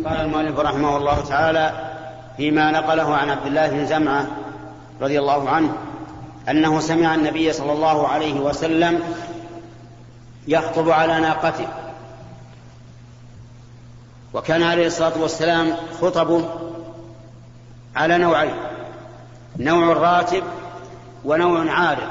قال المؤلف رحمه الله تعالى فيما نقله عن عبد الله بن زمعة رضي الله عنه أنه سمع النبي صلى الله عليه وسلم يخطب على ناقته. وكان عليه الصلاة والسلام خطبه على نوعين: نوع راتب ونوع عارض.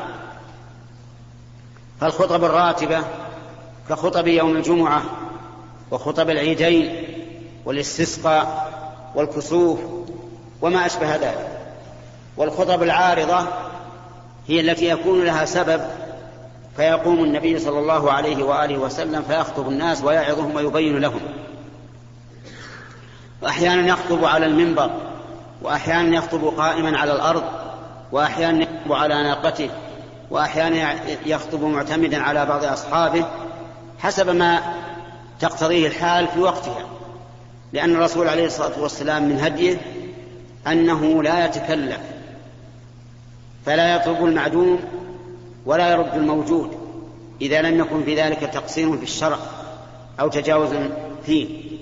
فالخطب الراتبة كخطب يوم الجمعة وخطب العيدين والاستسقاء والكسوف وما أشبه ذلك. والخطب العارضة هي التي يكون لها سبب، فيقوم النبي صلى الله عليه وآله وسلم فيخطب الناس ويعظهم ويبين لهم. وأحيانا يخطب على المنبر، وأحيانا يخطب قائما على الأرض، وأحيانا يخطب على ناقته، وأحيانا يخطب معتمدا على بعض أصحابه حسب ما تقتضيه الحال في وقتها. لأن الرسول عليه الصلاة والسلام من هديه أنه لا يتكلف، فلا يطلب المعدوم ولا يرد الموجود إذا لم يكن في ذلك تقصير في الشرع أو تجاوز فيه.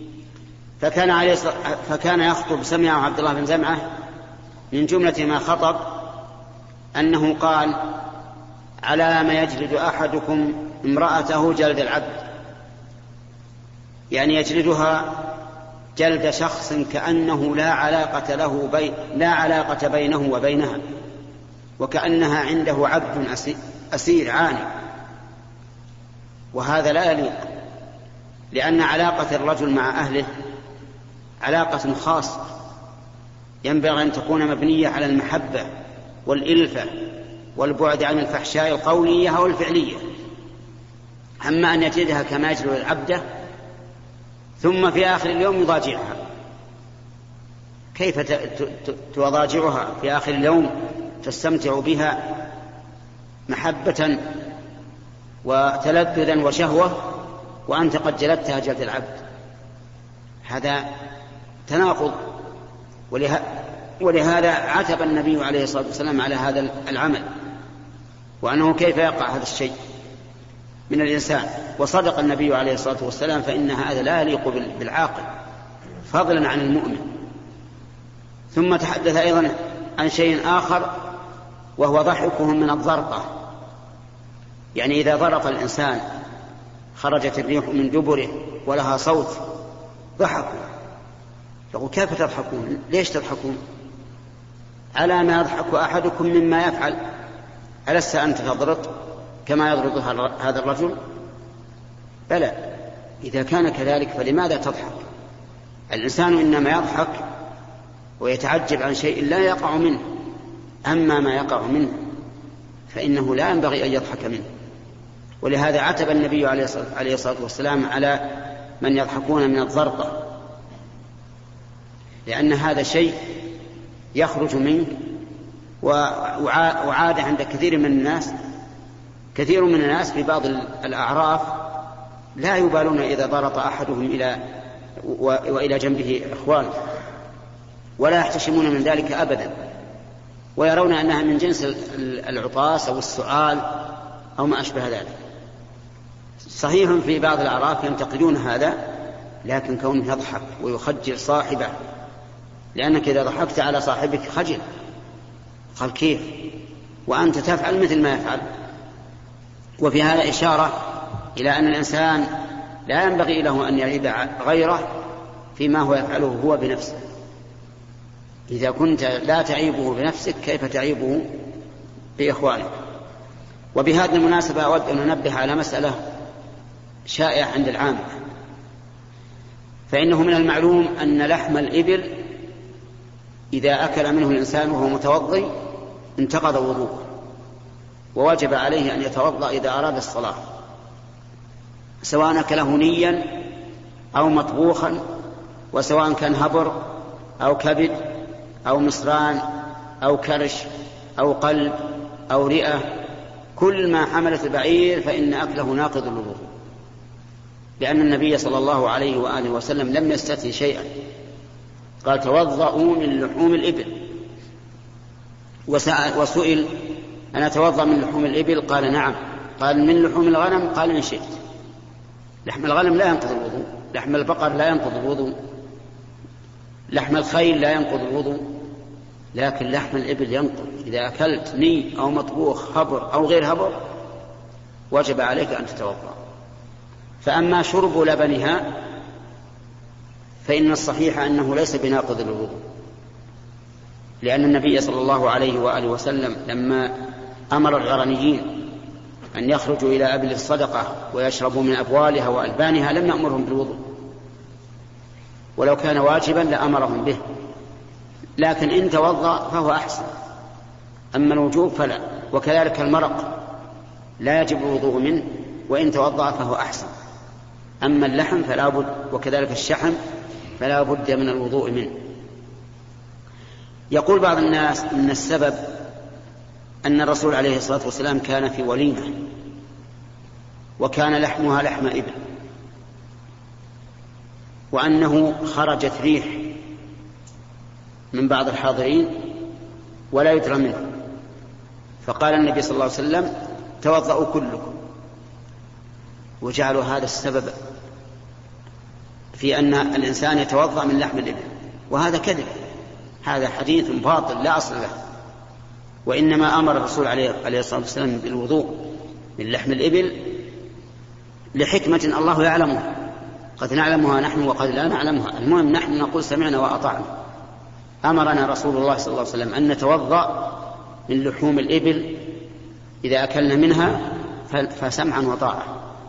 فكان يخطب، سمعه عبد الله بن زمعة من جملة ما خطب أنه قال: على ما يجلد أحدكم امرأته جلد العبد، يعني يجلدها جلد شخص كأنه لا علاقة بينه وبينها، وكأنها عنده عبد أسير عاني. وهذا لا يليق، لأن علاقة الرجل مع أهله علاقة خاصة ينبغي أن تكون مبنية على المحبة والإلفة والبعد عن الفحشاء القولية أو الفعلية. أما أن يجدها كما يجلد العبد ثم في آخر اليوم يضاجعها، كيف تضاجعها في آخر اليوم تستمتع بها محبة وتلذذا وشهوة وأنت قد جلدتها جلد العبد؟ هذا تناقض. ولهذا عتب النبي عليه الصلاة والسلام على هذا العمل، وأنه كيف يقع هذا الشيء من الإنسان. وصدق النبي عليه الصلاة والسلام، فإن هذا لا يليق بالعاقل فضلا عن المؤمن. ثم تحدث أيضا عن شيء آخر، وهو ضحكهم من الضرقة. يعني إذا ضرق الإنسان خرجت الريح من دبره ولها صوت ضحكوا. يقول: كيف تضحكون؟ ليش تضحكون؟ على ما يضحك أحدكم مما يفعل، ألست أنت تضرط كما يضرط هذا الرجل؟ بلى، إذا كان كذلك فلماذا تضحك؟ الإنسان إنما يضحك ويتعجب عن شيء لا يقع منه، أما ما يقع منه فإنه لا ينبغي أن يضحك منه. ولهذا عتب النبي عليه الصلاة والسلام على من يضحكون من الضرقة، لأن هذا شيء يخرج منه، وعاد عند كثير من الناس في بعض الأعراف لا يبالون إذا ضرط أحدهم وإلى جنبه إخوانه، ولا يحتشمون من ذلك أبدا، ويرون أنها من جنس العطاس أو السؤال أو ما أشبه ذلك. صحيح في بعض الأعراف ينتقدون هذا، لكن كونه يضحك ويخجل صاحبه، لأنك إذا ضحكت على صاحبك خجل، قال: كيف وأنت تفعل مثل ما يفعل؟ وفي هذا إشارة إلى أن الإنسان لا ينبغي له أن يعيب غيره فيما هو يفعله هو بنفسه. إذا كنت لا تعيبه بنفسك كيف تعيبه بإخوانك؟ وبهذه المناسبة أود أن ننبه على مسألة شائعة عند العامة، فإنه من المعلوم أن لحم الإبل إذا أكل منه الإنسان وهو متوضئ انتقض وضوءه، ووجب عليه أن يتوضأ إذا أراد الصلاة، سواء أكله نيا أو مطبوخا، وسواء كان هبر أو كبد أو مصران أو كرش أو قلب أو رئة، كل ما حملت البعير فإن أكله ناقض الوضوء، لأن النبي صلى الله عليه وآله وسلم لم يستثني شيئا، قال: توضؤوا من لحوم الإبل. وسئل: أنا أتوضأ من لحوم الإبل؟ قال: نعم. قال: من لحوم الغنم؟ قال: إن شئت. لحم الغنم لا ينقض الوضوء، لحم البقر لا ينقض الوضوء، لحم الخيل لا ينقض الوضوء، لكن لحم الإبل ينقض. إذا أكلت ني أو مطبوخ هبر أو غير هبر وجب عليك أن تتوضأ. فأما شرب لبنها فإن الصحيح أنه ليس بناقض الوضوء، لأن النبي صلى الله عليه وآله وسلم لما أمر الغرنيين أن يخرجوا إلى أبل الصدقة ويشربوا من أبوالها وألبانها لم يأمرهم بالوضوء، ولو كان واجبا لأمرهم به، لكن إن توضأ فهو أحسن. أما الوجوب فلا. وكذلك المرق لا يجب الوضوء منه، وإن توضأ فهو أحسن. أما اللحم فلا بد، وكذلك الشحم فلا بد من الوضوء منه. يقول بعض الناس إن السبب أن الرسول عليه الصلاة والسلام كان في وليمة وكان لحمها لحم إبل، وأنه خرجت ريح من بعض الحاضرين ولا يدرى منه، فقال النبي صلى الله عليه وسلم توضأوا كلكم، وجعلوا هذا السبب في أن الإنسان يتوضأ من لحم الإبل، وهذا كذب، هذا حديث باطل لا أصل له. وإنما أمر الرسول عليه الصلاة والسلام بالوضوء من لحم الإبل لحكمة الله يعلمها، قد نعلمها نحن وقد لا نعلمها، المهم نحن نقول سمعنا وأطعنا. أمرنا رسول الله صلى الله عليه وسلم أن نتوضأ من لحوم الإبل إذا أكلنا منها فسمعا وطاعة.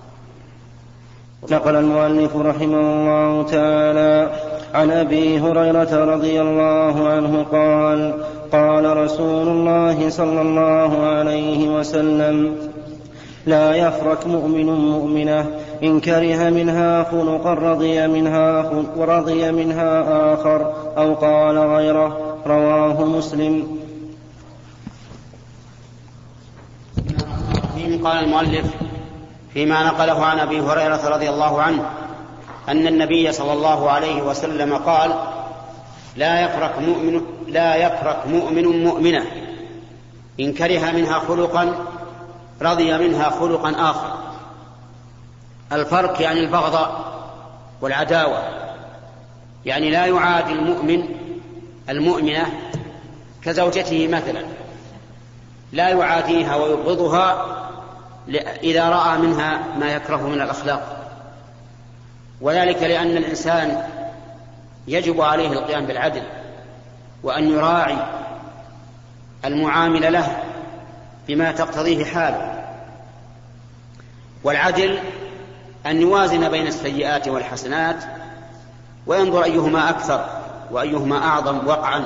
نقل المؤلف رحمه الله تعالى عن أبي هريرة رضي الله عنه قال: قال رسول الله صلى الله عليه وسلم: لا يفرك مؤمن مؤمنة إن كره منها خلقا رضي منها آخر، أو قال غيره. رواه مسلم. قال المؤلف فيما نقله عن أبي هريرة رضي الله عنه أن النبي صلى الله عليه وسلم قال: لا يفرك مؤمن مؤمنة إن كره منها خلقا رضي منها خلقا آخر. الفرق يعني البغضاء والعداوة، يعني لا يعادي المؤمن المؤمنة كزوجته مثلا، لا يعاديها ويبغضها إذا رأى منها ما يكره من الأخلاق، وذلك لأن الإنسان يجب عليه القيام بالعدل وأن يراعي المعامل له بما تقتضيه حاله. والعدل أن يوازن بين السيئات والحسنات وينظر أيهما أكثر وأيهما أعظم وقعا،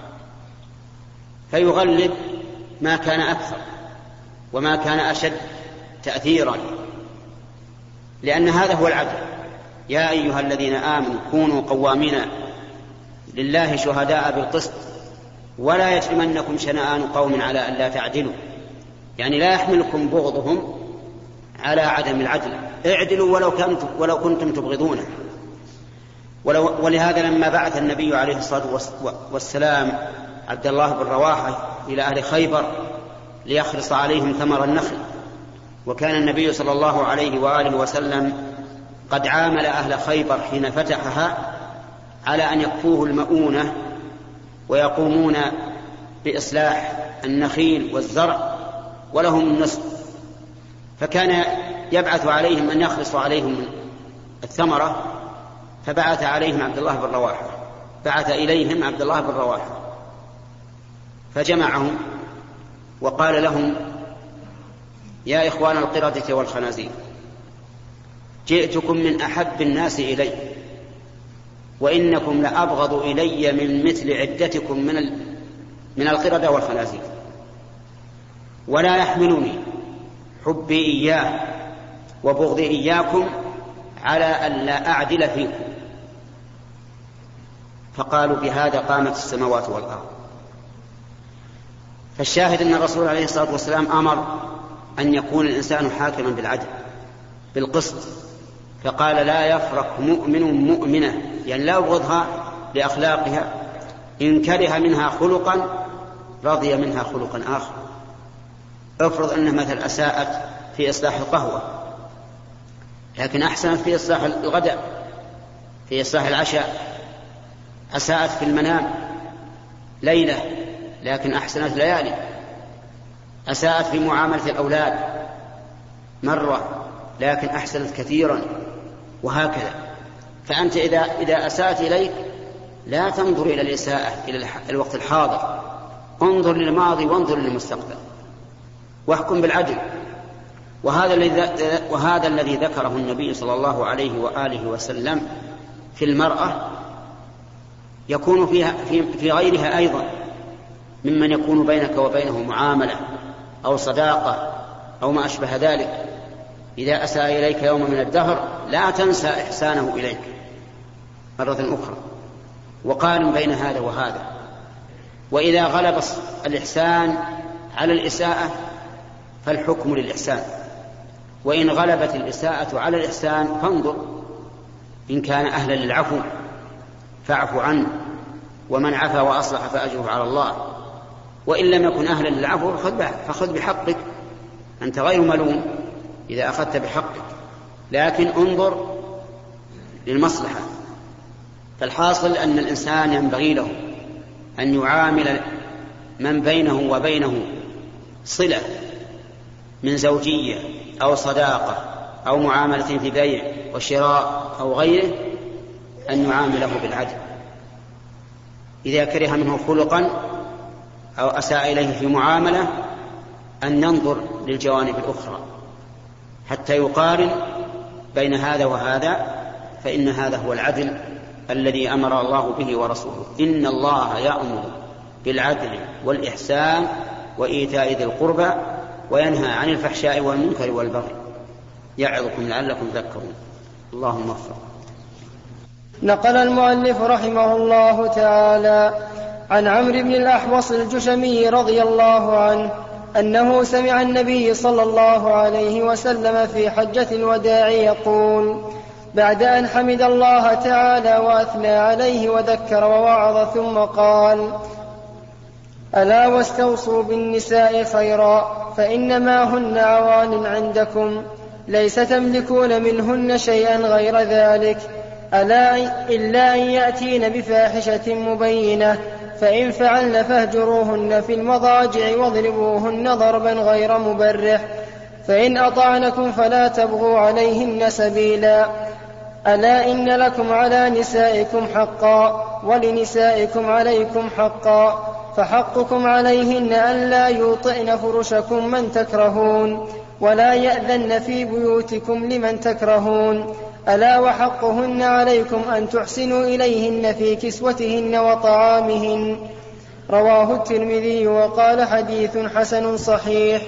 فيغلب ما كان أكثر وما كان أشد تأثيرا، لأن هذا هو العدل. يا أيها الذين آمنوا كونوا قوامين لله شهداء بالقسط ولا يجرمنكم شنآن قوم على أن لا تعدلوا، يعني لا يحملكم بغضهم على عدم العدل، اعدلوا ولو كنتم تبغضونه. ولهذا لما بعث النبي عليه الصلاة والسلام عبد الله بن رواحة إلى أهل خيبر ليخلص عليهم ثمر النخل، وكان النبي صلى الله عليه وآله وسلم قد عامل أهل خيبر حين فتحها على أن يكفوه المؤونة ويقومون بإصلاح النخيل والزرع ولهم النصف، فكان يبعث عليهم أن يخلصوا عليهم الثمرة، فبعث عليهم عبد الله بن رواحة، بعث إليهم عبد الله بن رواحة فجمعهم وقال لهم: يا إخوان القردة والخنازير، جئتكم من أحب الناس إلي، وإنكم لأبغض إلي من مثل عدتكم من القردة والخنازير، ولا يحملني حبي إياه وبغضي إياكم على أن لا أعدل فيكم. فقالوا: بهذا قامت السماوات والأرض. فالشاهد أن الرسول عليه الصلاة والسلام أمر أن يكون الإنسان حاكما بالعدل بالقسط، فقال: لا يفرق مؤمن مؤمنة، يعني لا يبغضها لأخلاقها، إن كره منها خلقا رضي منها خلقا آخر. افرض أنها مثل أساءت في إصلاح القهوة لكن أحسنت في إصلاح الغداء، في إصلاح العشاء، أساءت في المنام ليلة لكن أحسنت ليالي، أساءت في معاملة الأولاد مرة لكن أحسنت كثيرا، وهكذا. فأنت إذا أساءت إليك لا تنظر إلى الإساءة إلى الوقت الحاضر، انظر للماضي وانظر للمستقبل واحكم بالعدل. وهذا الذي ذكره النبي صلى الله عليه وآله وسلم في المرأة يكون في غيرها أيضا، ممن يكون بينك وبينه معاملة أو صداقة أو ما أشبه ذلك. إذا أساء إليك يوم من الدهر لا تنسى إحسانه إليك مرة أخرى، وقارن بين هذا وهذا. وإذا غلب الإحسان على الإساءة فالحكم للإحسان، وإن غلبت الإساءة على الإحسان فانظر، إن كان أهلا للعفو فاعف عنه، ومن عفا وأصلح فأجره على الله، وإن لم يكن أهلا للعفو فخذ بحقك، أنت غير ملوم إذا أخذت بحقك، لكن انظر للمصلحة. فالحاصل أن الإنسان ينبغي له أن يعامل من بينه وبينه صلة من زوجية أو صداقة أو معاملة في بيع وشراء أو غيره، أن يعامله بالعدل. إذا كره منه خلقا أو أساء إليه في معاملة أن ننظر للجوانب الأخرى حتى يقارن بين هذا وهذا، فإن هذا هو العدل الذي أمر الله به ورسوله. إن الله يأمر بالعدل والإحسان وإيتاء ذي القربى وينهى عن الفحشاء والمنكر والبغي يعظكم لعلكم تذكرون. اللهم وفق. نقل المؤلف رحمه الله تعالى عن عمرو بن الأحوص الجشمي رضي الله عنه أنه سمع النبي صلى الله عليه وسلم في حجة الوداع يقول بعد أن حمد الله تعالى وأثنى عليه وذكر ووعظ ثم قال: ألا واستوصوا بالنساء خيرا فإنما هن عوان عندكم ليس تملكون منهن شيئا غير ذلك إلا أن يأتين بفاحشة مبينة، فإن فعلن فاهجروهن في المضاجع واضربوهن ضربا غير مبرح، فإن أطعنكم فلا تبغوا عليهن سبيلا. ألا إن لكم على نسائكم حقا ولنسائكم عليكم حقا، فحقكم عليهن أن لا يوطئن فرشكم من تكرهون ولا يأذن في بيوتكم لمن تكرهون. ألا وحقهن عليكم أن تحسنوا إليهن في كسوتهن وطعامهن. رواه الترمذي وقال حديث حسن صحيح.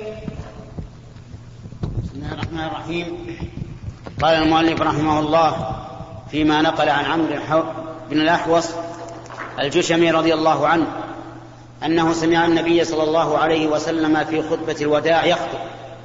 بسم الله الرحمن الرحيم. قال المؤلف رحمه الله فيما نقل عن عمرو بن الأحوص الجشمي رضي الله عنه أنه سمع النبي صلى الله عليه وسلم في خطبة الوداع يخطب،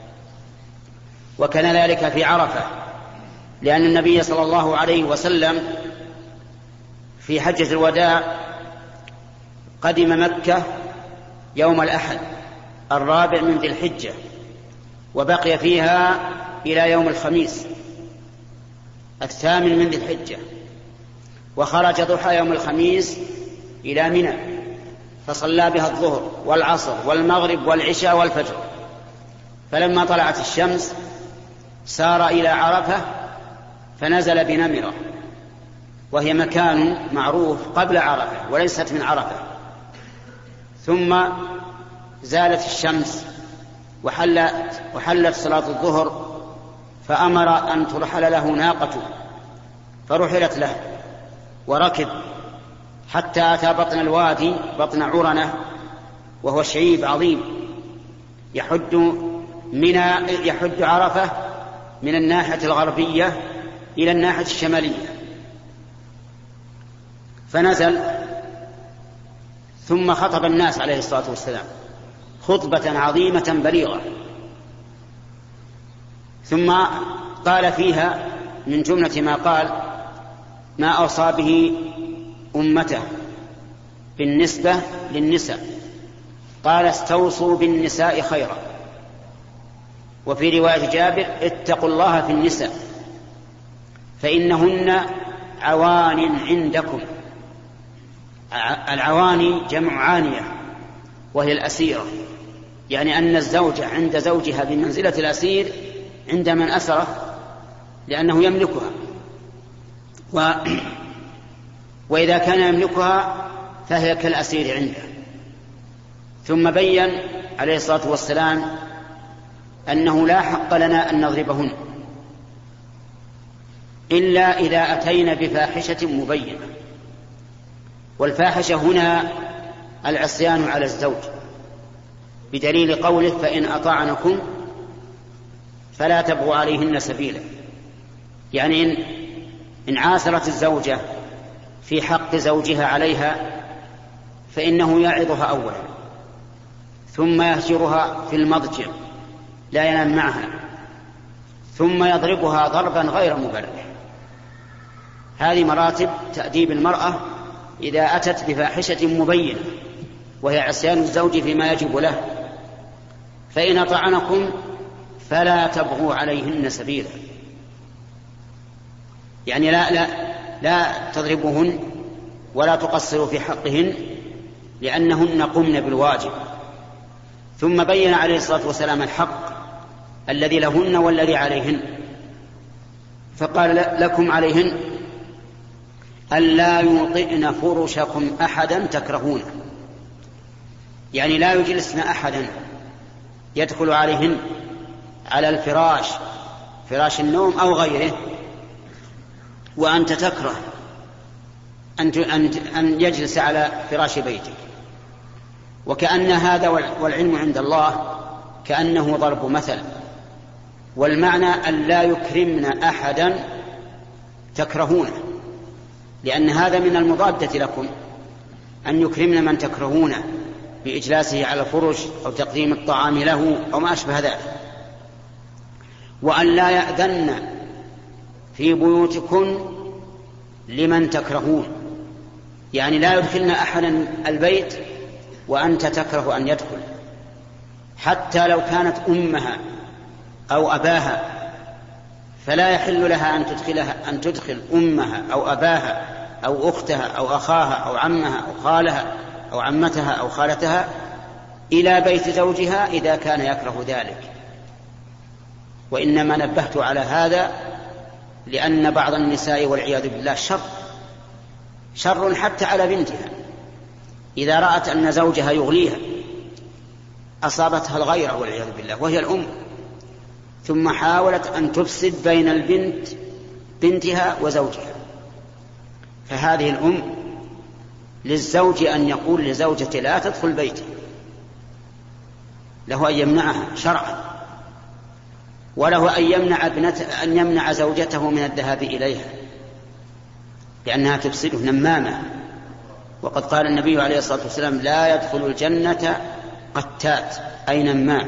وكان ذلك في عرفة، لأن النبي صلى الله عليه وسلم في حجة الوداع قدم مكة يوم الأحد 4 من ذي الحجة، وبقي فيها إلى يوم الخميس 8 من ذي الحجة، وخرج ضحى يوم الخميس إلى منى فصلى بها الظهر والعصر والمغرب والعشاء والفجر، فلما طلعت الشمس سار إلى عرفة فنزل بنمرة، وهي مكان معروف قبل عرفة وليست من عرفة. ثم زالت الشمس وحلت صلاة الظهر، فأمر أن ترحل له ناقته، فرحلت له وركب حتى أتى بطن الوادي، بطن عرنة، وهو شعيب عظيم يحد عرفة من الناحية الغربية إلى الناحية الشمالية، فنزل ثم خطب الناس عليه الصلاة والسلام خطبة عظيمة بليغة، ثم قال فيها من جملة ما قال ما أوصى به أمته بالنسبة للنساء، قال: استوصوا بالنساء خيرا. وفي رواية جابر: اتقوا الله في النساء فإنهن عوان عندكم العواني جمع عانية وهي الأسيرة، يعني أن الزوجة عند زوجها بمنزلة الأسير عند من أسره لأنه يملكها، وإذا كان يملكها فهي كالأسير عنده. ثم بين عليه الصلاة والسلام أنه لا حق لنا أن نضربهن إلا إذا أتينا بفاحشة مبينة، والفاحشة هنا العصيان على الزوج، بدليل قوله فإن أطعنكم فلا تبغوا عليهن سبيلا، يعني إن عاثرت الزوجة في حق زوجها عليها فإنه يعظها أولا ثم يهجرها في المضجع لا ينام معها ثم يضربها ضربا غير مبرح. هذه مراتب تأديب المرأة إذا أتت بفاحشة مبينة وهي عصيان الزوج فيما يجب له. فإن أطعنكم فلا تبغوا عليهن سبيلا، يعني لا تضربوهن ولا تقصروا في حقهن لأنهن قمن بالواجب. ثم بين عليه الصلاة والسلام الحق الذي لهن والذي عليهن، فقال لكم عليهن ألا يوطئن فرشكم أحدا تكرهونه، يعني لا يجلسن أحدا يدخل عليهن على الفراش، فراش النوم أو غيره، وأنت تكره أن يجلس على فراش بيتك. وكأن هذا والعلم عند الله كأنه ضرب مثل، والمعنى أن لا يكرمن أحدا تكرهونه، لأن هذا من المضادة لكم، أن يكرمن من تكرهونه بإجلاسه على الفرش أو تقديم الطعام له أو ما أشبه ذلك. وأن لا يأذن في بيوتكن لمن تكرهون، يعني لا يدخلن أحدا البيت وأنت تكره أن يدخل، حتى لو كانت أمها أو أباها، فلا يحل لها أن تدخل أمها أو أباها أو أختها أو أخاها أو عمها أو خالها أو عمتها أو خالتها إلى بيت زوجها إذا كان يكره ذلك. وإنما نبهت على هذا لأن بعض النساء والعياذ بالله شر حتى على بنتها، إذا رأت أن زوجها يغليها أصابتها الغيرة والعياذ بالله وهي الأم، ثم حاولت أن تفسد بين بنتها وزوجها. فهذه الأم للزوج أن يقول لزوجته لا تدخل بيتي، له أن يمنعها شرعا، وله أن يمنع زوجته من الذهاب إليها لأنها تفسده نمامة. وقد قال النبي عليه الصلاة والسلام لا يدخل الجنة قتات أي نمام.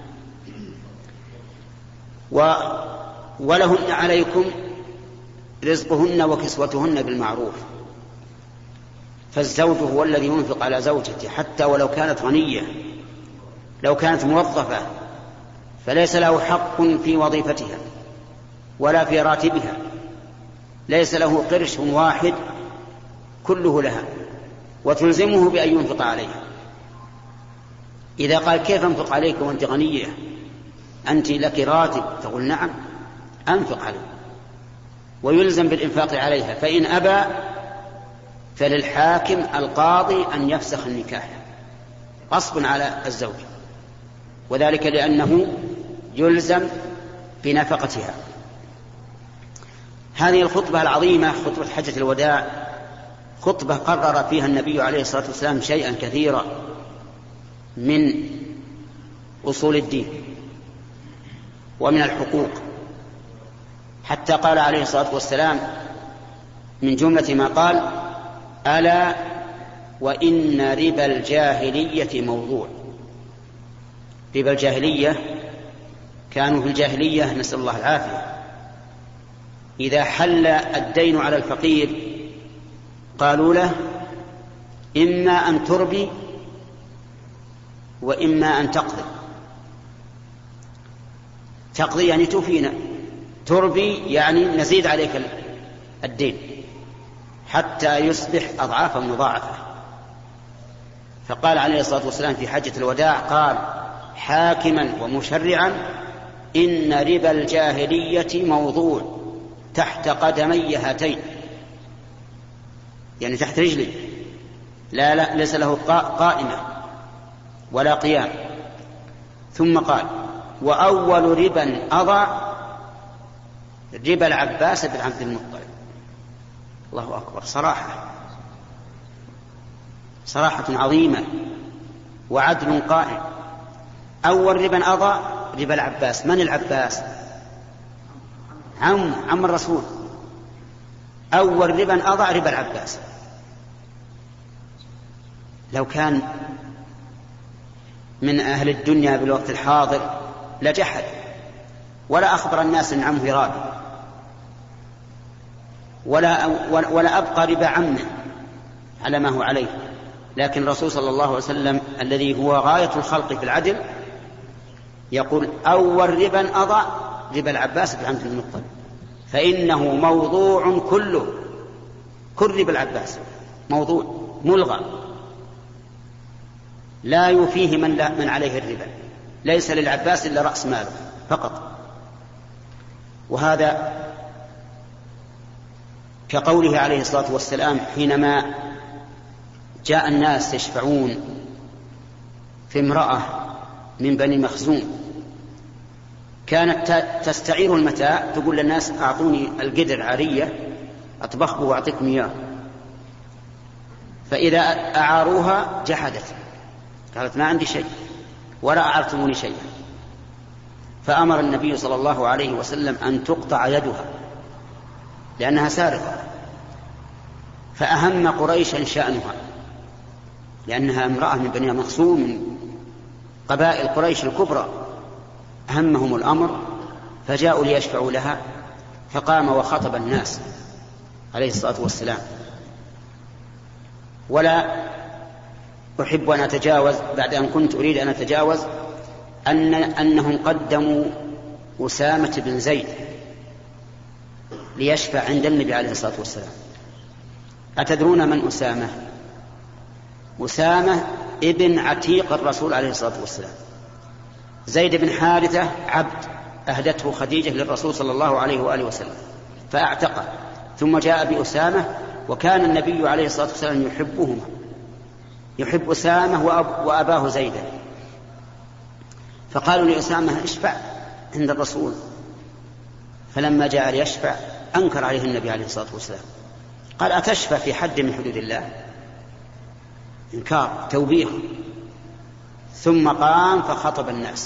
ولهن عليكم رزقهن وكسوتهن بالمعروف، فالزوج هو الذي ينفق على زوجته حتى ولو كانت غنية، لو كانت موظفة فليس له حق في وظيفتها ولا في راتبها، ليس له قرش واحد كله لها وتلزمه بأن ينفق عليها. إذا قال كيف أنفق عليك وأنت غنية، أنت لك راتب، تقول نعم أنفق عليه، ويلزم بالإنفاق عليها. فإن أبى فللحاكم القاضي أن يفسخ النكاح غصب على الزوج، وذلك لأنه يلزم بنفقتها. هذه الخطبة العظيمة خطبة حجة الوداع خطبة قرر فيها النبي عليه الصلاة والسلام شيئا كثيرا من أصول الدين ومن الحقوق، حتى قال عليه الصلاة والسلام من جملة ما قال ألا وإن ربا الجاهلية موضوع. ربا الجاهلية كانوا في الجاهلية نسأل الله العافية إذا حل الدين على الفقير قالوا له إما أن تربي وإما أن تقضي يعني توفينا، تربي يعني نزيد عليك الدين حتى يصبح أضعافا مضاعفة. فقال عليه الصلاة والسلام في حجة الوداع قال حاكما ومشرعا إن ربا الجاهلية موضوع تحت قدمي هاتين، يعني تحت رجلي، لا ليس له قائمة ولا قيام. ثم قال وأول ربا أضع ربا العباس بن عبد المطلب. الله أكبر، صراحة عظيمة وعدل قائم. أول ربا أضع ربا العباس. من العباس؟ عم الرسول. أول ربا أضع ربا العباس. لو كان من أهل الدنيا بالوقت الحاضر لجحد ولا أخبر الناس أن عمه رابي ولا أبقى ربا عمه على ما هو عليه. لكن الرسول صلى الله عليه وسلم الذي هو غاية الخلق في العدل يقول أول ربا أضع ربا العباس بن عبد المطلب، فإنه موضوع كله، كل ربا العباس موضوع ملغى لا يفيه من عليه الربا، ليس للعباس إلا رأس ماله فقط. وهذا كقوله عليه الصلاة والسلام حينما جاء الناس يشفعون في امرأة من بني مخزوم كانت تستعير المتاع، تقول للناس أعطوني القدر عارية أطبخه وأعطيكم إياه، فإذا أعاروها جحدت، قالت ما عندي شيء ولا أعرتموني شيئا، فأمر النبي صلى الله عليه وسلم أن تقطع يدها لأنها سارقة. فأهم قريشا شأنها لأنها امرأة من بني مخزوم من قبائل قريش الكبرى، أهمهم الأمر فجاءوا ليشفعوا لها، فقام وخطب الناس عليه الصلاة والسلام. ولا أحب أن أتجاوز بعد أن كنت أريد أن أتجاوز أنهم قدموا أسامة بن زيد ليشفع عند النبي عليه الصلاة والسلام. أتدرون من أسامة؟ أسامة ابن عتيق الرسول عليه الصلاة والسلام. زيد بن حارثة عبد أهدته خديجة للرسول صلى الله عليه وآله وسلم فأعتقه، ثم جاء بأسامة، وكان النبي عليه الصلاة والسلام يحبهما، يحب أسامة وأباه زيدا. فقالوا لأسامة اشفع عند الرسول، فلما جاء ليشفع أنكر عليه النبي عليه الصلاة والسلام، قال أتشفع في حد من حدود الله؟ إنكار توبيخ. ثم قام فخطب الناس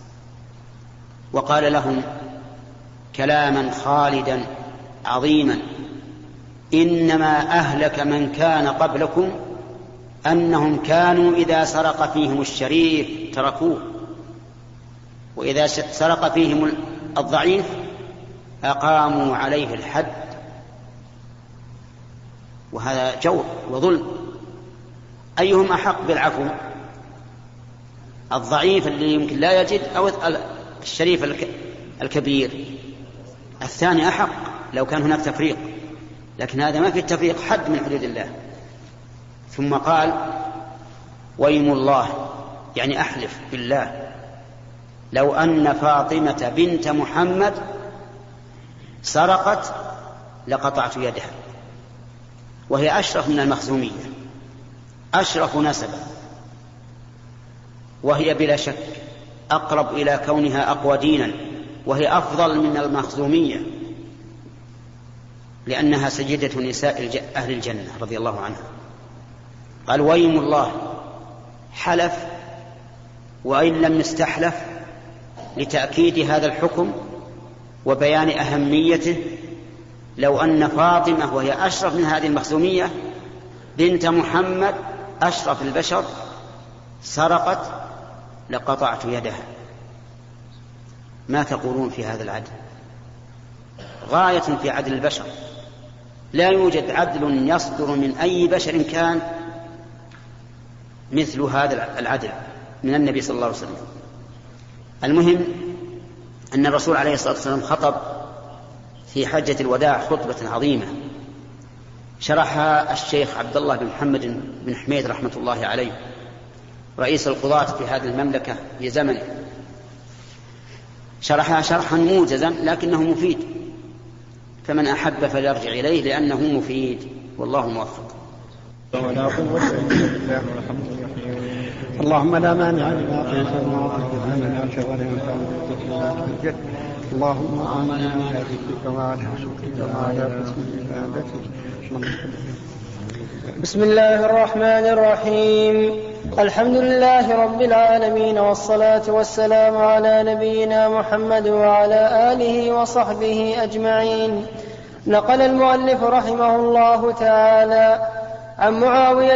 وقال لهم كلاما خالدا عظيما: إنما أهلك من كان قبلكم أنهم كانوا إذا سرق فيهم الشريف تركوه، وإذا سرق فيهم الضعيف أقاموا عليه الحد. وهذا جور وظلم. أيهم أحق بالعفو؟ الضعيف اللي يمكن لا يجد أو الشريف الكبير؟ الثاني أحق لو كان هناك تفريق، لكن هذا ما في التفريق، حد من حدود الله. ثم قال: ويم الله، يعني أحلف بالله لو أن فاطمة بنت محمد سرقت لقطعت يدها، وهي أشرف من المخزومية، أشرف نسبا، وهي بلا شك أقرب إلى كونها أقوى دينا، وهي أفضل من المخزومية لأنها سيدة نساء أهل الجنة رضي الله عنها. قال: ويم الله، حلف وإن لم يستحلف لتأكيد هذا الحكم وبيان أهميته، لو أن فاطمة وهي أشرف من هذه المخزومية بنت محمد أشرف البشر سرقت لقطعت يدها. ما تقولون في هذا العدل؟ غاية في عدل البشر، لا يوجد عدل يصدر من أي بشر كان مثل هذا العدل من النبي صلى الله عليه وسلم. المهم أن الرسول عليه الصلاة والسلام خطب في حجة الوداع خطبة عظيمة شرحها الشيخ عبد الله بن محمد بن حميد رحمة الله عليه رئيس القضاة في هذه المملكة في زمنه، شرحها شرحا موجزا لكنه مفيد، فمن أحب فليرجع إليه لأنه مفيد، والله موفق. اللهم لا مانع لما أعطيت ولا معطي لما منعت، اللهم آمنا على ذكرك وعلى شكرك وعلى عبادتك. بسم الله الرحمن الرحيم. الحمد لله رب العالمين، والصلاة والسلام على نبينا محمد وعلى آله وصحبه أجمعين. نقل المؤلف رحمه الله تعالى عن معاوية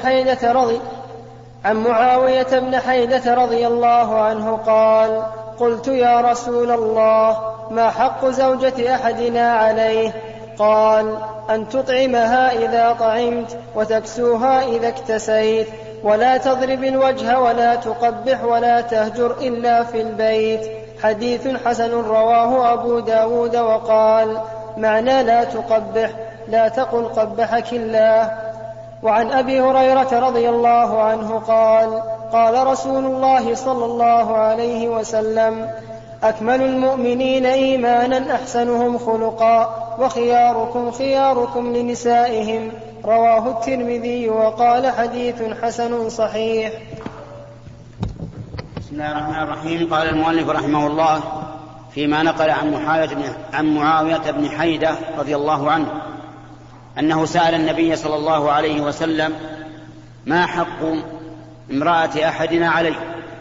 بن حيدة رضي الله عنه قال: قلت يا رسول الله ما حق زوجة أحدنا عليه؟ قال: أن تطعمها إذا طعمت وتكسوها إذا اكتسيت، ولا تضرب الوجه ولا تقبح ولا تهجر إلا في البيت. حديث حسن رواه أبو داود. وقال: معنى لا تقبح لا تقل قبحك الله. وعن أبي هريرة رضي الله عنه قال: قال رسول الله صلى الله عليه وسلم: أكمل المؤمنين إيمانا أحسنهم خلقا، وخياركم خياركم لنسائهم. رواه الترمذي وقال: حديث حسن صحيح. بسم الله الرحمن الرحيم. قال المؤلف رحمه الله فيما نقل عن معاوية بن حيدة رضي الله عنه أنه سأل النبي صلى الله عليه وسلم: ما حق امرأة أحدنا عليه؟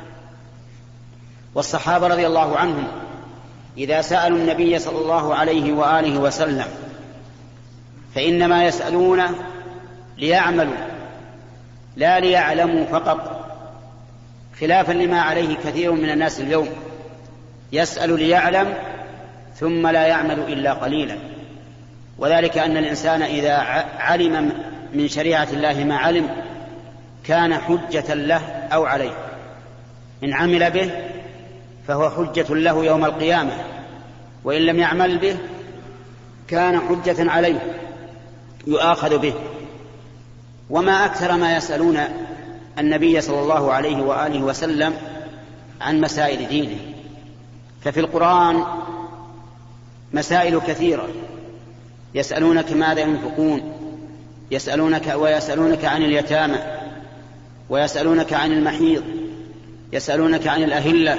والصحابة رضي الله عنهم إذا سألوا النبي صلى الله عليه وآله وسلم فإنما يسألون ليعملوا لا ليعلموا فقط، خلافا لما عليه كثير من الناس اليوم، يسأل ليعلم ثم لا يعمل إلا قليلا. وذلك أن الإنسان إذا علم من شريعة الله ما علم كان حجة له أو عليه، إن عمل به فهو حجة له يوم القيامة، وإن لم يعمل به كان حجة عليه يؤاخذ به. وما أكثر ما يسألون النبي صلى الله عليه وآله وسلم عن مسائل دينه، ففي القرآن مسائل كثيرة، يسألونك ماذا ينفقون، ويسألونك عن اليتامى، ويسألونك عن المحيض، يسألونك عن الأهلة،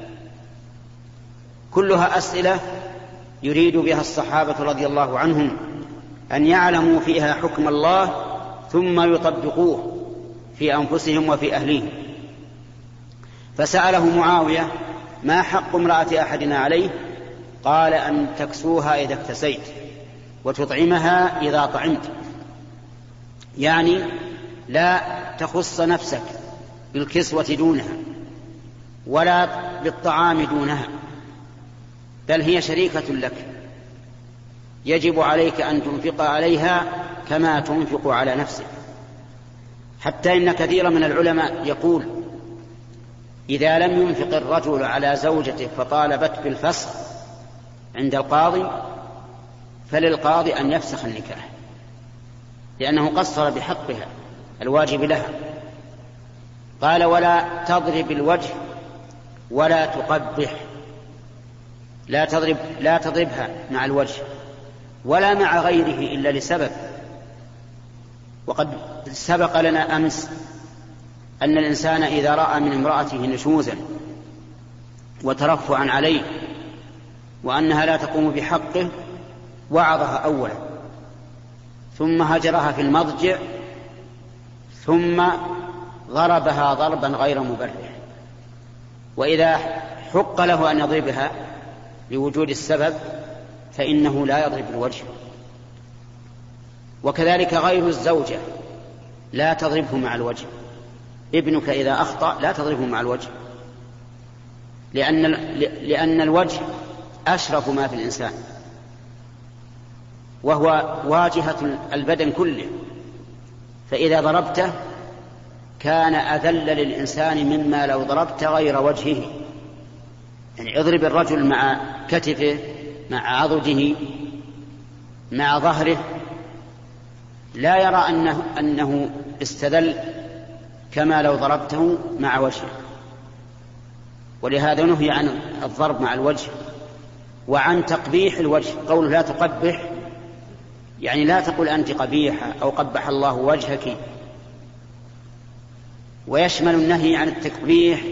كلها أسئلة يريد بها الصحابة رضي الله عنهم أن يعلموا فيها حكم الله ثم يطبقوه في أنفسهم وفي أهليهم. فسأله معاوية: ما حق امرأة أحدنا عليه؟ قال: أن تكسوها إذا اكتسيت وتطعمها إذا طعمت، يعني لا تخص نفسك بالكسوة دونها ولا بالطعام دونها، بل هي شريكة لك، يجب عليك أن تنفق عليها كما تنفق على نفسك. حتى إن كثيرا من العلماء يقول: إذا لم ينفق الرجل على زوجته فطالبت بالفسخ عند القاضي فللقاضي أن يفسخ النكاح، لأنه قصر بحقها الواجب لها. قال: ولا تضرب الوجه ولا تقبح، لا تضربها مع الوجه ولا مع غيره إلا لسبب. وقد سبق لنا أمس أن الإنسان إذا رأى من امرأته نشوزا وترفعا عليه وأنها لا تقوم بحقه وعظها أولا، ثم هجرها في المضجع، ثم ضربها ضربا غير مبرح. وإذا حق له أن يضربها لوجود السبب فإنه لا يضرب الوجه. وكذلك غير الزوجة لا تضربه مع الوجه. ابنك إذا أخطأ لا تضربه مع الوجه، لأن الوجه أشرف ما في الإنسان، وهو واجهة البدن كله، فإذا ضربته كان أذل للإنسان مما لو ضربت غير وجهه. يعني اضرب الرجل مع كتفه، مع عضده، مع ظهره، لا يرى أنه استذل كما لو ضربته مع وجهه. ولهذا نهي عن الضرب مع الوجه وعن تقبيح الوجه. قوله لا تقبح يعني لا تقل أنت قبيحة أو قبح الله وجهك. ويشمل النهي عن التقبيح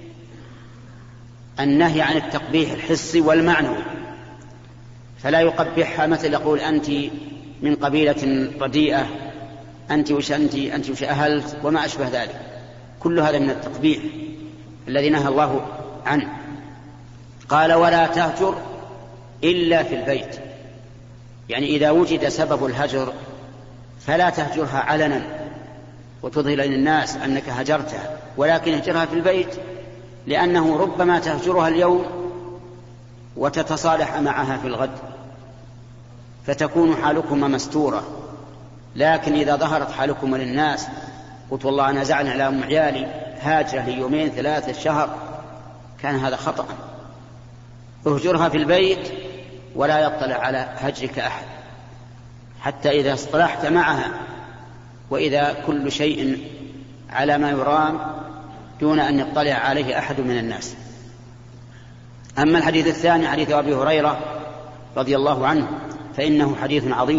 النهي عن التقبيح الحسي والمعنوي، فلا يقبحها مثل يقول أنت من قبيلة رديئة، أنت وش أهلت وما أشبه ذلك. كل هذا من التقبيح الذي نهى الله عنه. قال ولا تهجر إلا في البيت، يعني إذا وجد سبب الهجر فلا تهجرها علنا وتظهر للناس أنك هجرتها، ولكن اهجرها في البيت، لأنه ربما تهجرها اليوم وتتصالح معها في الغد فتكون حالكما مستورة. لكن إذا ظهرت حالكما للناس قلت والله أنا زعلان على أم عيالي هاجرة ليومين 3 شهر، كان هذا خطأ. اهجرها في البيت ولا يطلع على هجرك أحد حتى إذا اصطلحت معها، وإذا كل شيء على ما يرام دون أن يطلع عليه أحد من الناس. أما الحديث الثاني حديث أبي هريرة رضي الله عنه فإنه حديث عظيم.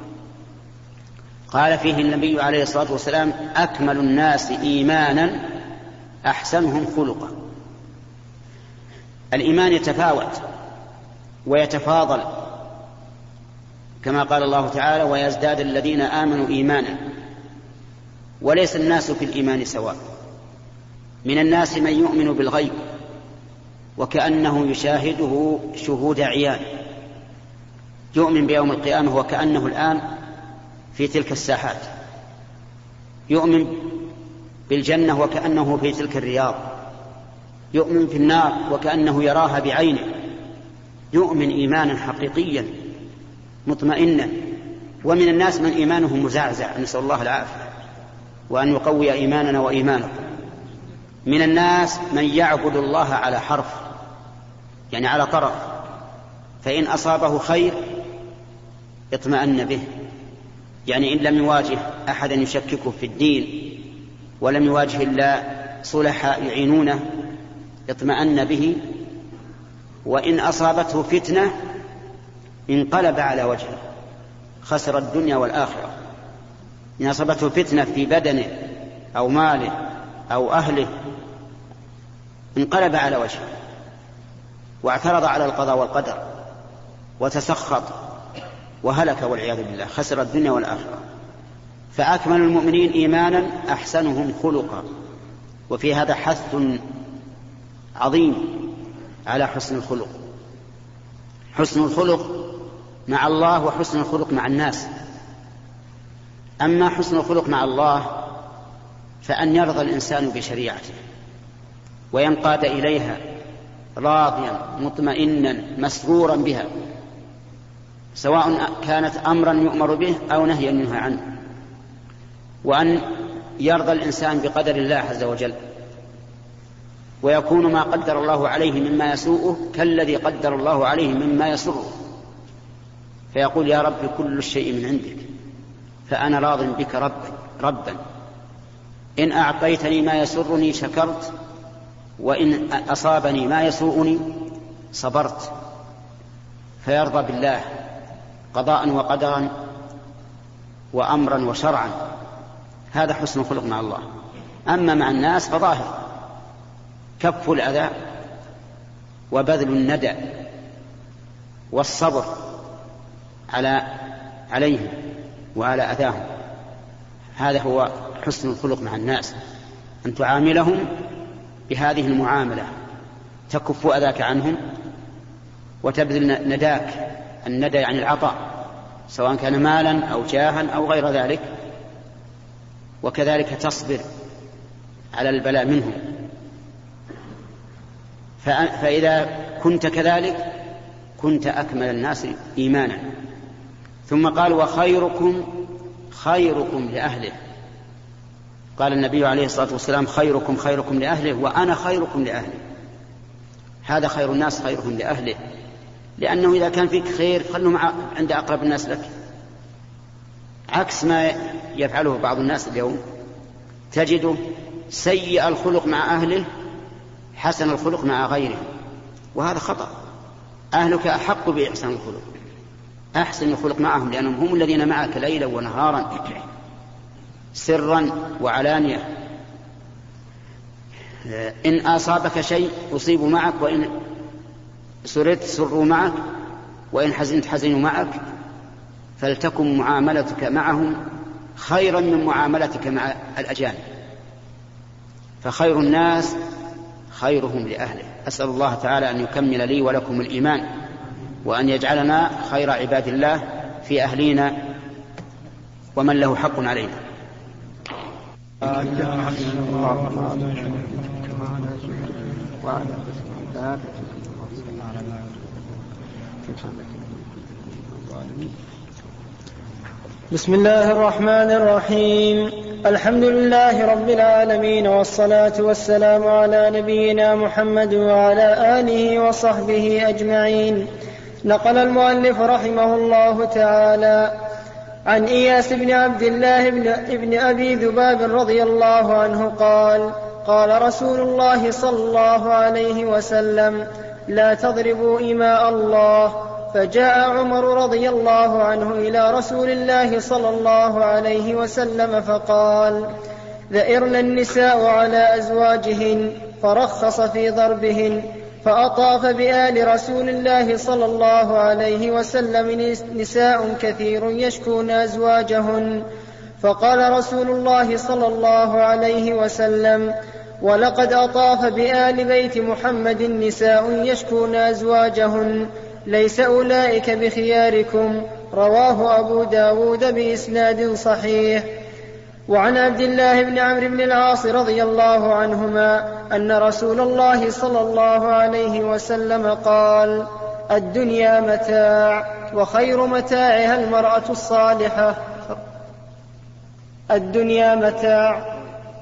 قال فيه النبي عليه الصلاة والسلام أكمل الناس إيمانا أحسنهم خلقا. الإيمان يتفاوت ويتفاضل كما قال الله تعالى ويزداد الذين آمنوا إيمانا، وليس الناس في الإيمان سواء. من الناس من يؤمن بالغيب وكأنه يشاهده شهود عيان، يؤمن بيوم القيامة وكأنه الآن في تلك الساحات، يؤمن بالجنة وكأنه في تلك الرياض، يؤمن في النار وكأنه يراها بعينه، يؤمن إيمانا حقيقيا مطمئنا. ومن الناس من إيمانه مزعزع، نسأل الله العافية وأن يقوي إيماننا وإيمانكم. من الناس من يعبد الله على حرف، يعني على طرف، فإن أصابه خير اطمأن به، يعني إن لم يواجه أحدا يشككه في الدين ولم يواجه إلا صلحاء يعينونه اطمأن به. وإن أصابته فتنة انقلب على وجهه خسر الدنيا والآخرة. إن أصابته فتنة في بدنه أو ماله أو أهله انقلب على وجهه واعترض على القضاء والقدر وتسخط وهلك والعياذ بالله، خسر الدنيا والآخرة. فأكمل المؤمنين إيمانا أحسنهم خلقا. وفي هذا حث عظيم على حسن الخلق، حسن الخلق مع الله وحسن الخلق مع الناس. أما حسن الخلق مع الله فأن يرضى الإنسان بشريعته وينقاد إليها راضيا مطمئنا مسرورا بها، سواء كانت أمرا يؤمر به أو نهيا ينهى عنه. وأن يرضى الإنسان بقدر الله عز وجل، ويكون ما قدر الله عليه مما يسوءه كالذي قدر الله عليه مما يسره، فيقول يا رب كل شيء من عندك فأنا راض بك ربا، إن أعطيتني ما يسرني شكرت، وإن أصابني ما يسوءني صبرت. فيرضى بالله قضاء وقدرا وأمرا وشرعا. هذا حسن الخلق مع الله. أما مع الناس فظاهر كف الأذى وبذل الندى والصبر عليهم وعلى أذاهم. هذا هو حسن الخلق مع الناس، أن تعاملهم بهذه المعاملة، تكف أذاك عنهم وتبذل نداك. الندى يعني العطاء، سواء كان مالا أو جاها أو غير ذلك، وكذلك تصبر على البلاء منهم. فإذا كنت كذلك كنت أكمل الناس إيمانا. ثم قال وخيركم خيركم لأهله. قال النبي عليه الصلاة والسلام خيركم خيركم لأهله وأنا خيركم لأهله. هذا خير الناس خيرهم لأهله، لأنه إذا كان فيك خير خلوا عند أقرب الناس لك، عكس ما يفعله بعض الناس اليوم. تجده سيء الخلق مع أهله حسن الخلق مع غيره، وهذا خطأ. أهلك أحق بإحسان الخلق، أحسن الخلق معهم، لأنهم هم الذين معك ليلا ونهارا سرا وعلانية. إن أصابك شيء أصيبوا معك، وإن سررت سروا معك، وإن حزنت حزنوا معك، فلتكن معاملتك معهم خيرا من معاملتك مع الأجانب، فخير الناس خيرهم لأهله. أسأل الله تعالى أن يكمل لي ولكم الإيمان، وأن يجعلنا خير عباد الله في أهلنا ومن له حق علينا. بسم الله الرحمن الرحيم. الحمد لله رب العالمين، والصلاة والسلام على نبينا محمد وعلى آله وصحبه أجمعين. نقل المؤلف رحمه الله تعالى عن إياس بن عبد الله بن أبي ذباب رضي الله عنه قال: قال رسول الله صلى الله عليه وسلم: لا تضربوا إماء الله. فجاء عمر رضي الله عنه إلى رسول الله صلى الله عليه وسلم فقال: ذئرن النساء على أزواجهن، فرخص في ضربهن، فأطاف بآل رسول الله صلى الله عليه وسلم نساء كثير يشكون أزواجهن. فقال رسول الله صلى الله عليه وسلم: ولقد أطاف بآل بيت محمد نساء يشكون أزواجهن، ليس أولئك بخياركم. رواه أبو داود بإسناد صحيح. وعن عبد الله بن عمرو بن العاص رضي الله عنهما أن رسول الله صلى الله عليه وسلم قال: الدنيا متاع، وخير متاعها المرأة الصالحة. الدنيا متاع.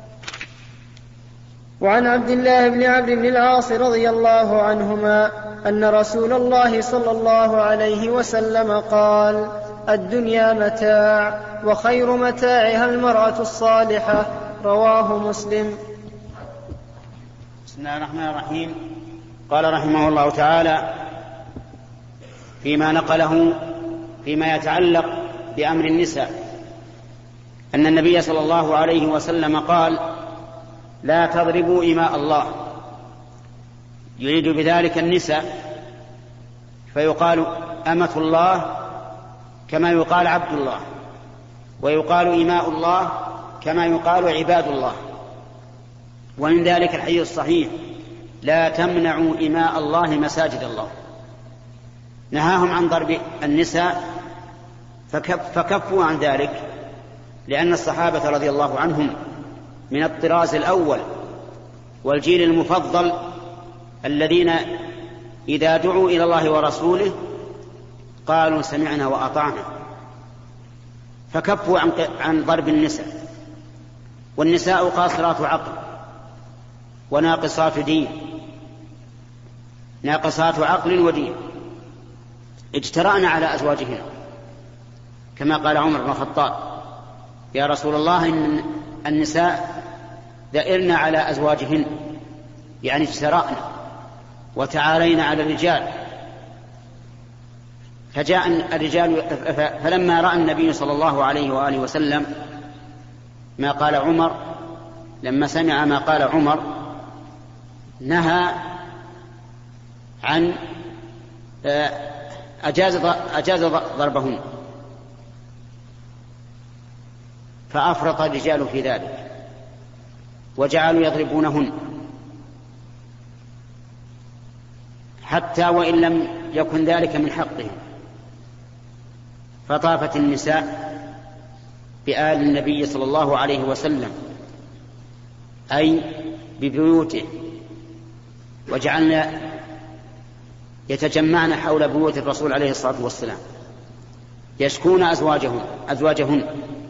وعن عبد الله بن عمرو بن العاص رضي الله عنهما أن رسول الله صلى الله عليه وسلم قال: الدنيا متاع، وخير متاعها المرأة الصالحة. رواه مسلم. بسم الله الرحمن الرحيم. قال رحمه الله تعالى فيما نقله فيما يتعلق بأمر النساء أن النبي صلى الله عليه وسلم قال: لا تضربوا إماء الله، يريد بذلك النساء، فيقال أمة الله كما يقال عبد الله، ويقال إماء الله كما يقال عباد الله. ومن ذلك الحديث الصحيح: لا تمنعوا إماء الله مساجد الله. نهاهم عن ضرب النساء فكفوا عن ذلك، لأن الصحابة رضي الله عنهم من الطراز الأول والجيل المفضل الذين إذا دعوا إلى الله ورسوله قالوا سمعنا وأطعنا، فكفوا عن ضرب النساء. والنساء قاصرات عقل وناقصات دين، ناقصات عقل ودين، اجترأن على أزواجهن، كما قال عمر بن الخطاب: يا رسول الله إن النساء ذئرن على أزواجهن، يعني اجترأن وتعالين على الرجال. فجاء الرجال، فلما رأى النبي صلى الله عليه وآله وسلم ما قال عمر، لما سمع ما قال عمر نهى عن أجاز ضربهن، فأفرط الرجال في ذلك وجعلوا يضربونهن، حتى وإن لم يكن ذلك من حقهم. فطافت النساء بآل النبي صلى الله عليه وسلم، أي ببيوته، وجعلنا يتجمعن حول بيوت الرسول عليه الصلاة والسلام يشكون أزواجهن.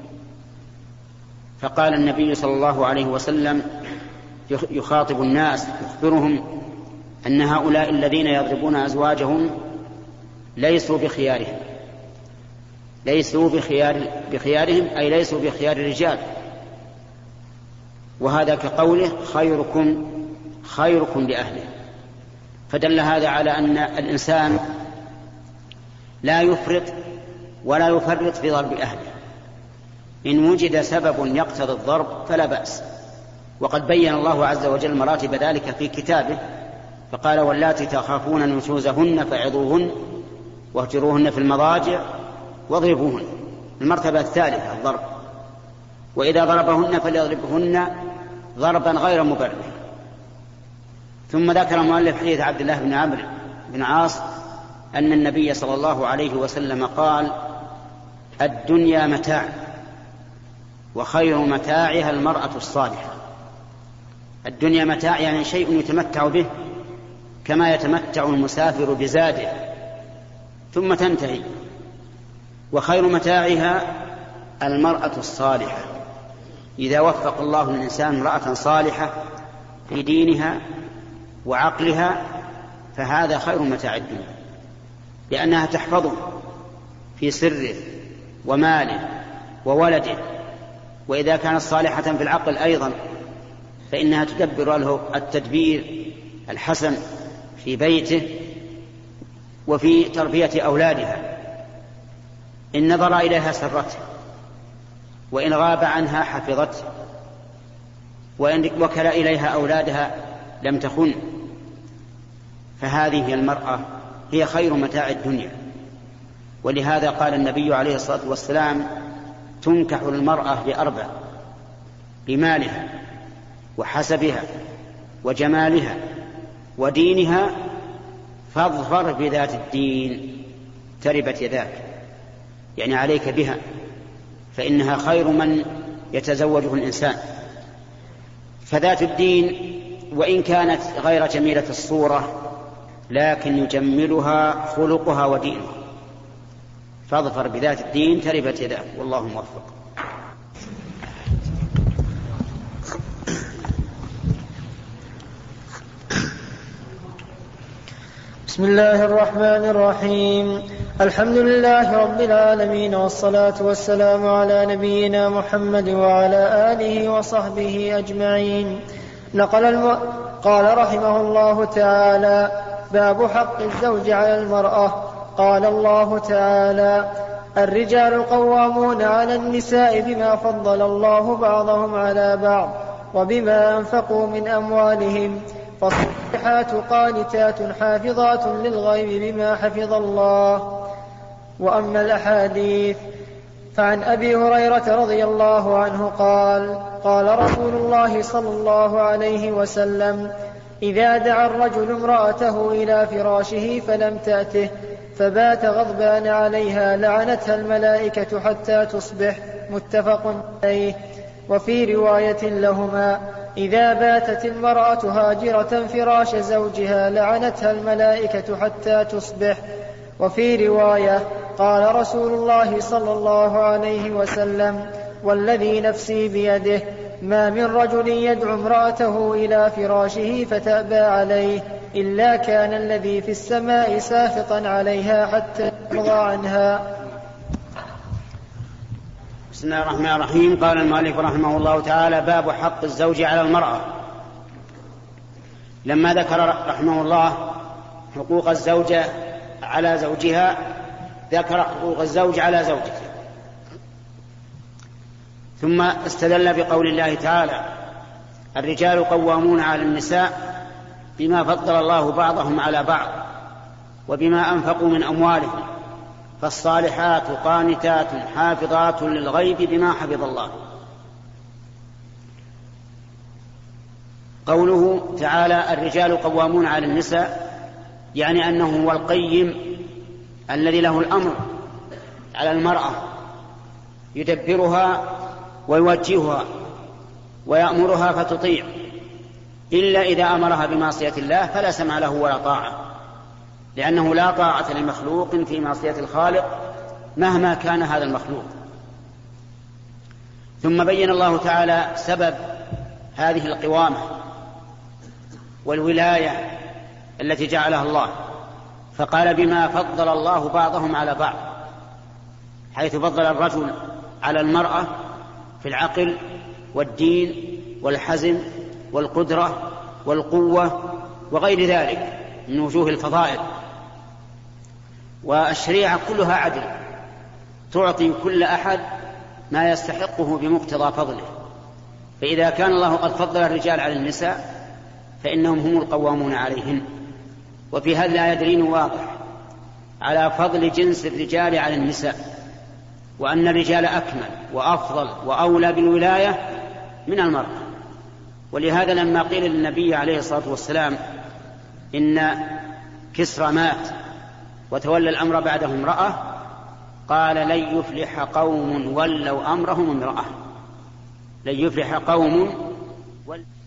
فقال النبي صلى الله عليه وسلم يخاطب الناس يخبرهم أن هؤلاء الذين يضربون أزواجهم ليسوا بخيارهم، ليسوا بخيارهم، أي ليسوا بخيار الرجال، وهذا كقوله خيركم لأهله. فدل هذا على أن الإنسان لا يفرط ولا يفرط في ضرب أهله. إن وجد سبب يقتضي الضرب فلا بأس، وقد بين الله عز وجل مراتب ذلك في كتابه، فقال: واللاتي تخافون نشوزهن فعظوهن واهجروهن في المضاجع واضربوهن. المرتبة الثالثة الضرب، وإذا ضربهن فليضربهن ضربا غير مبرح. ثم ذكر مؤلف حديث عبد الله بن عمرو بن عاص أن النبي صلى الله عليه وسلم قال: الدنيا متاع وخير متاعها المرأة الصالحة. الدنيا متاع يعني شيء يتمتع به كما يتمتع المسافر بزاده ثم تنتهي، وخير متاعها المرأة الصالحة. إذا وفق الله للإنسان امرأة صالحة في دينها وعقلها فهذا خير متاع الدنيا، لأنها تحفظه في سره وماله وولده. وإذا كانت صالحة في العقل أيضا فإنها تدبر له التدبير الحسن في بيته وفي تربية أولادها. إن نظر إليها سرته، وإن غاب عنها حفظته، وإن وكل إليها أولادها لم تخن. فهذه المرأة هي خير متاع الدنيا. ولهذا قال النبي عليه الصلاة والسلام: تنكح المرأة ل4: لمالها وحسبها وجمالها ودينها، فاظفر بذات الدين تربت يداك. يعني عليك بها، فإنها خير من يتزوجه الإنسان. فذات الدين وإن كانت غير جميلة الصورة لكن يجملها خلقها ودينها. فاظفر بذات الدين تربت يداك، والله موفق. بسم الله الرحمن الرحيم. الحمد لله رب العالمين، والصلاة والسلام على نبينا محمد وعلى آله وصحبه أجمعين. قال رحمه الله تعالى: باب حق الزوج على المرأة. قال الله تعالى: الرجال قوامون على النساء بما فضل الله بعضهم على بعض وبما أنفقوا من أموالهم، فالصالحات قانتات حافظات للغيب بما حفظ الله. وأما الأحاديث فعن أبي هريرة رضي الله عنه قال: قال رسول الله صلى الله عليه وسلم: إذا دعا الرجل امرأته إلى فراشه فلم تأته فبات غضبان عليها لعنتها الملائكة حتى تصبح. متفق عليه. وفي رواية لهما: إذا باتت المرأة هاجرة فراش زوجها لعنتها الملائكة حتى تصبح. وفي رواية: قال رسول الله صلى الله عليه وسلم: والذي نفسي بيده ما من رجل يدعو امرأته إلى فراشه فتأبى عليه إلا كان الذي في السماء ساخطا عليها حتى يرضى عنها. بسم الله الرحمن الرحيم. قال المؤلف رحمه الله تعالى: باب حق الزوج على المرأة. لما ذكر رحمه الله حقوق الزوجة على زوجها ذكر حقوق الزوج على زوجته، ثم استدل بقول الله تعالى: الرجال قوامون على النساء بما فضل الله بعضهم على بعض وبما أنفقوا من أموالهم، فالصالحات قانتات حافظات للغيب بما حفظ الله. قوله تعالى: الرجال قوامون على النساء، يعني أنه هو القيم الذي له الأمر على المرأة، يدبرها ويوجهها ويأمرها فتطيع، إلا إذا أمرها بمعصية الله فلا سمع له ولا طاعة، لأنه لا طاعة لمخلوق في معصية الخالق مهما كان هذا المخلوق. ثم بين الله تعالى سبب هذه القوامة والولاية التي جعلها الله، فقال: بما فضل الله بعضهم على بعض، حيث فضل الرجل على المرأة في العقل والدين والحزم والقدرة والقوة وغير ذلك من وجوه الفضائل. والشريعة كلها عدل، تعطي كل أحد ما يستحقه بمقتضى فضله. فإذا كان الله قد فضل الرجال على النساء فإنهم هم القوامون عليهن. وفي هذا الآية دليل واضح على فضل جنس الرجال على النساء، وأن الرجال أكمل وأفضل وأولى بالولاية من المرأة. ولهذا لما قيل للنبي عليه الصلاة والسلام إن كسرى مات وتولى الأمر بعده امرأة، قال لن يفلح قوم ولوا أمرهم امرأة. لن يفلح قوم